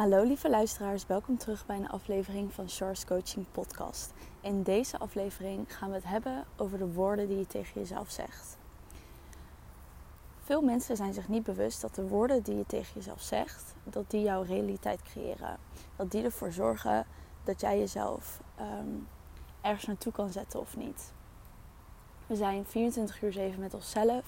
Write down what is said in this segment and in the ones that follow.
Hallo lieve luisteraars, welkom terug bij een aflevering van Char's Coaching Podcast. In deze aflevering gaan we het hebben over de woorden die je tegen jezelf zegt. Veel mensen zijn zich niet bewust dat de woorden die je tegen jezelf zegt, dat die jouw realiteit creëren. Dat die ervoor zorgen dat jij jezelf ergens naartoe kan zetten of niet. We zijn 24/7 met onszelf.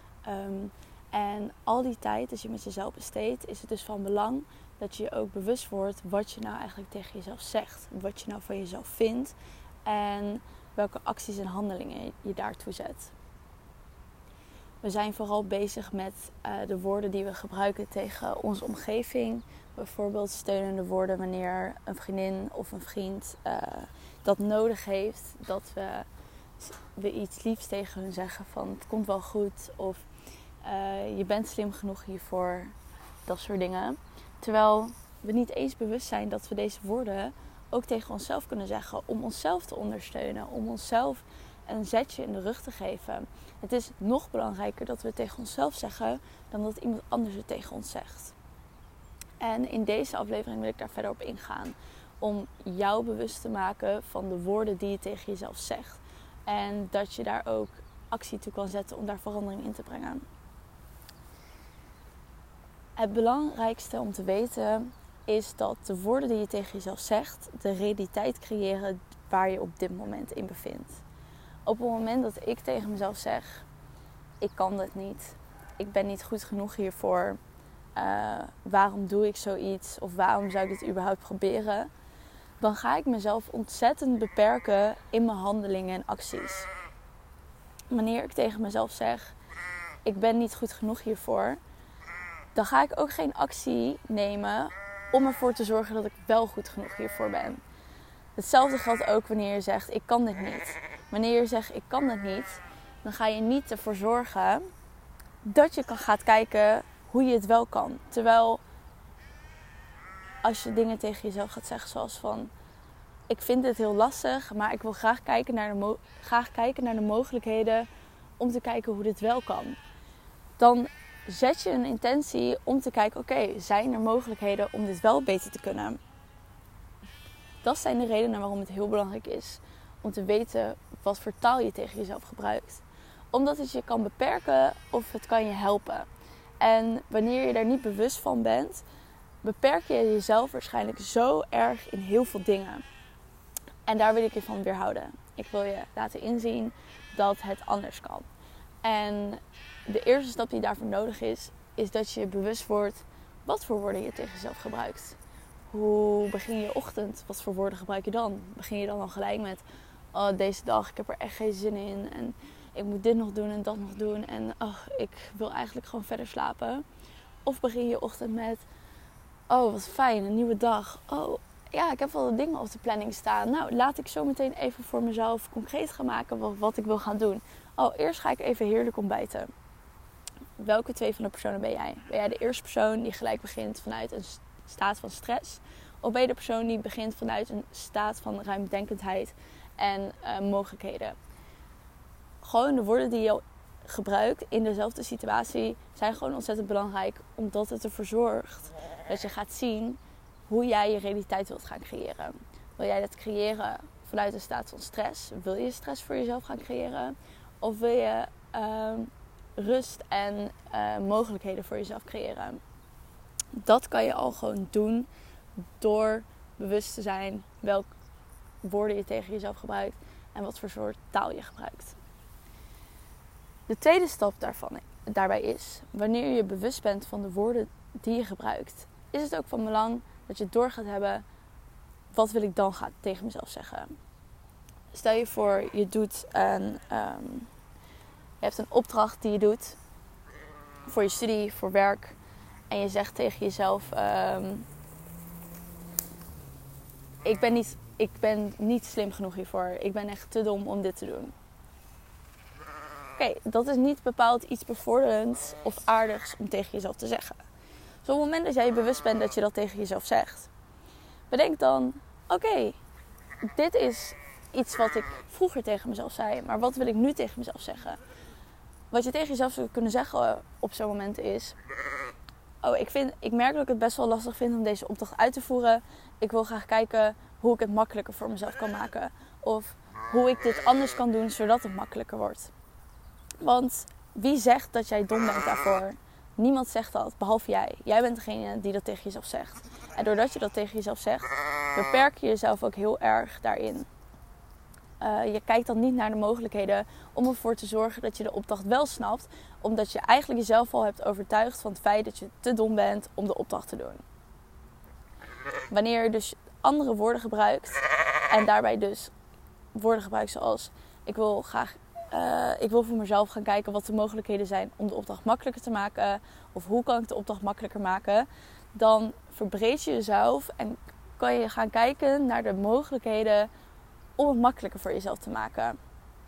En al die tijd dat je met jezelf besteedt, is het dus van belang dat je je ook bewust wordt wat je nou eigenlijk tegen jezelf zegt. Wat je nou van jezelf vindt en welke acties en handelingen je daartoe zet. We zijn vooral bezig met de woorden die we gebruiken tegen onze omgeving. Bijvoorbeeld steunende woorden wanneer een vriendin of een vriend dat nodig heeft. Dat we iets liefs tegen hun zeggen van het komt wel goed of je bent slim genoeg hiervoor. Dat soort dingen. Terwijl we niet eens bewust zijn dat we deze woorden ook tegen onszelf kunnen zeggen. Om onszelf te ondersteunen. Om onszelf een zetje in de rug te geven. Het is nog belangrijker dat we het tegen onszelf zeggen dan dat iemand anders het tegen ons zegt. En in deze aflevering wil ik daar verder op ingaan. Om jou bewust te maken van de woorden die je tegen jezelf zegt. En dat je daar ook actie toe kan zetten om daar verandering in te brengen. Het belangrijkste om te weten is dat de woorden die je tegen jezelf zegt de realiteit creëren waar je op dit moment in bevindt. Op het moment dat ik tegen mezelf zeg, ik kan dit niet, ik ben niet goed genoeg hiervoor, waarom doe ik zoiets of waarom zou ik dit überhaupt proberen, dan ga ik mezelf ontzettend beperken in mijn handelingen en acties. Wanneer ik tegen mezelf zeg, ik ben niet goed genoeg hiervoor, dan ga ik ook geen actie nemen om ervoor te zorgen dat ik wel goed genoeg hiervoor ben. Hetzelfde geldt ook wanneer je zegt, ik kan dit niet. Wanneer je zegt, ik kan dit niet, dan ga je niet ervoor zorgen dat je gaat kijken hoe je het wel kan. Terwijl als je dingen tegen jezelf gaat zeggen zoals van, ik vind dit heel lastig, maar ik wil graag kijken naar de mogelijkheden om te kijken hoe dit wel kan. Dan zet je een intentie om te kijken, oké, zijn er mogelijkheden om dit wel beter te kunnen? Dat zijn de redenen waarom het heel belangrijk is om te weten wat voor taal je tegen jezelf gebruikt. Omdat het je kan beperken of het kan je helpen. En wanneer je daar niet bewust van bent, beperk je jezelf waarschijnlijk zo erg in heel veel dingen. En daar wil ik je van weerhouden. Ik wil je laten inzien dat het anders kan. En de eerste stap die daarvoor nodig is dat je bewust wordt wat voor woorden je tegen jezelf gebruikt. Hoe begin je ochtend? Wat voor woorden gebruik je dan? Begin je dan al gelijk met, oh, deze dag, ik heb er echt geen zin in. En ik moet dit nog doen en dat nog doen. En ik wil eigenlijk gewoon verder slapen. Of begin je ochtend met, oh, wat fijn, een nieuwe dag. Oh, ja, ik heb wel dingen op de planning staan. Nou, laat ik zo meteen even voor mezelf concreet gaan maken wat ik wil gaan doen. Oh, eerst ga ik even heerlijk ontbijten. Welke twee van de personen ben jij? Ben jij de eerste persoon die gelijk begint vanuit een staat van stress? Of ben je de persoon die begint vanuit een staat van ruimdenkendheid en mogelijkheden? Gewoon de woorden die je gebruikt in dezelfde situatie zijn gewoon ontzettend belangrijk. Omdat het ervoor zorgt dat je gaat zien hoe jij je realiteit wilt gaan creëren. Wil jij dat creëren vanuit een staat van stress? Wil je stress voor jezelf gaan creëren? Of wil je rust en mogelijkheden voor jezelf creëren? Dat kan je al gewoon doen door bewust te zijn welke woorden je tegen jezelf gebruikt en wat voor soort taal je gebruikt. De tweede stap daarbij is, wanneer je bewust bent van de woorden die je gebruikt, is het ook van belang dat je door gaat hebben, wat wil ik dan gaan tegen mezelf zeggen? Stel je voor, je hebt een opdracht die je doet voor je studie, voor werk. En je zegt tegen jezelf, ik ben niet slim genoeg hiervoor. Ik ben echt te dom om dit te doen. Oké, dat is niet bepaald iets bevorderends of aardigs om tegen jezelf te zeggen. Dus op het moment dat jij je bewust bent dat je dat tegen jezelf zegt, bedenk dan, oké, dit is iets wat ik vroeger tegen mezelf zei, maar wat wil ik nu tegen mezelf zeggen? Wat je tegen jezelf zou kunnen zeggen op zo'n moment is, ik merk dat ik het best wel lastig vind om deze opdracht uit te voeren. Ik wil graag kijken hoe ik het makkelijker voor mezelf kan maken. Of hoe ik dit anders kan doen zodat het makkelijker wordt. Want wie zegt dat jij dom bent daarvoor? Niemand zegt dat, behalve jij. Jij bent degene die dat tegen jezelf zegt. En doordat je dat tegen jezelf zegt, beperk je jezelf ook heel erg daarin. Je kijkt dan niet naar de mogelijkheden om ervoor te zorgen dat je de opdracht wel snapt. Omdat je eigenlijk jezelf al hebt overtuigd van het feit dat je te dom bent om de opdracht te doen. Wanneer je dus andere woorden gebruikt en daarbij dus woorden gebruikt zoals ik wil voor mezelf gaan kijken wat de mogelijkheden zijn om de opdracht makkelijker te maken. Of hoe kan ik de opdracht makkelijker maken. Dan verbreed je jezelf en kan je gaan kijken naar de mogelijkheden om het makkelijker voor jezelf te maken.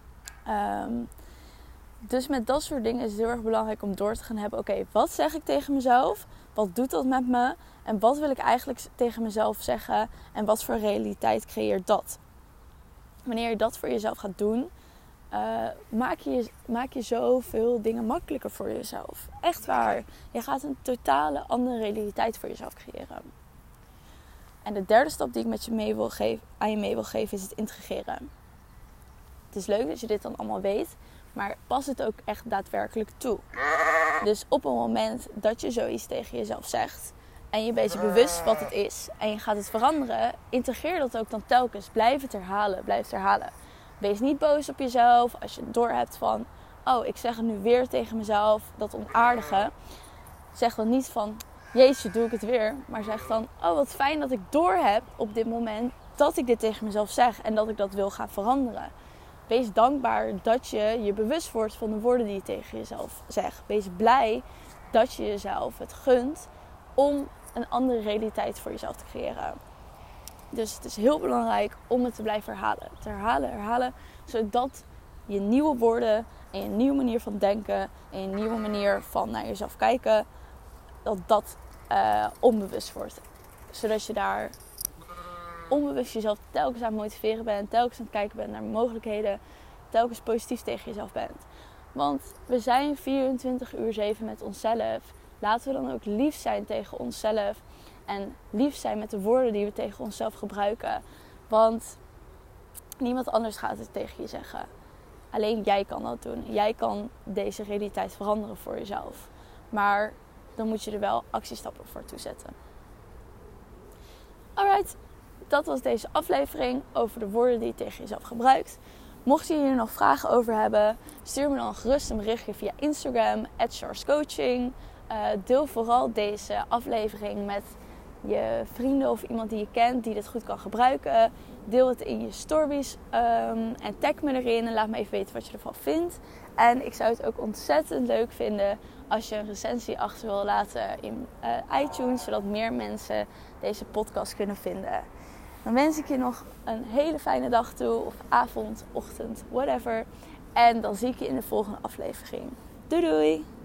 Dus met dat soort dingen is het heel erg belangrijk om door te gaan hebben. Oké, wat zeg ik tegen mezelf? Wat doet dat met me? En wat wil ik eigenlijk tegen mezelf zeggen? En wat voor realiteit creëert dat? Wanneer je dat voor jezelf gaat doen, maak je zoveel dingen makkelijker voor jezelf. Echt waar. Je gaat een totale andere realiteit voor jezelf creëren. En de derde stap die ik met je aan je mee wil geven is het integreren. Het is leuk dat je dit dan allemaal weet, maar pas het ook echt daadwerkelijk toe. Dus op een moment dat je zoiets tegen jezelf zegt en je bent je bewust wat het is en je gaat het veranderen, integreer dat ook dan telkens. Blijf het herhalen. Wees niet boos op jezelf als je doorhebt van, oh, ik zeg het nu weer tegen mezelf, dat onaardige. Zeg dan niet van, jeetje, doe ik het weer. Maar zeg dan, oh, wat fijn dat ik doorheb op dit moment dat ik dit tegen mezelf zeg en dat ik dat wil gaan veranderen. Wees dankbaar dat je je bewust wordt van de woorden die je tegen jezelf zegt. Wees blij dat je jezelf het gunt om een andere realiteit voor jezelf te creëren. Dus het is heel belangrijk om het te blijven herhalen. Te herhalen, zodat je nieuwe woorden en je nieuwe manier van denken en je nieuwe manier van naar jezelf kijken, dat onbewust wordt. Zodat je daar onbewust jezelf telkens aan het motiveren bent, telkens aan het kijken bent naar mogelijkheden, telkens positief tegen jezelf bent. Want we zijn 24/7 met onszelf. Laten we dan ook lief zijn tegen onszelf en lief zijn met de woorden die we tegen onszelf gebruiken. Want niemand anders gaat het tegen je zeggen. Alleen jij kan dat doen. Jij kan deze realiteit veranderen voor jezelf. Maar dan moet je er wel actiestappen voor toezetten. Alright, dat was deze aflevering over de woorden die je tegen jezelf gebruikt. Mocht je hier nog vragen over hebben, stuur me dan gerust een berichtje via Instagram @charscoaching. Deel vooral deze aflevering met je vrienden of iemand die je kent die dit goed kan gebruiken. Deel het in je stories en tag me erin en laat me even weten wat je ervan vindt. En ik zou het ook ontzettend leuk vinden als je een recensie achter wil laten in iTunes, zodat meer mensen deze podcast kunnen vinden. Dan wens ik je nog een hele fijne dag toe, of avond, ochtend, whatever. En dan zie ik je in de volgende aflevering. Doei doei!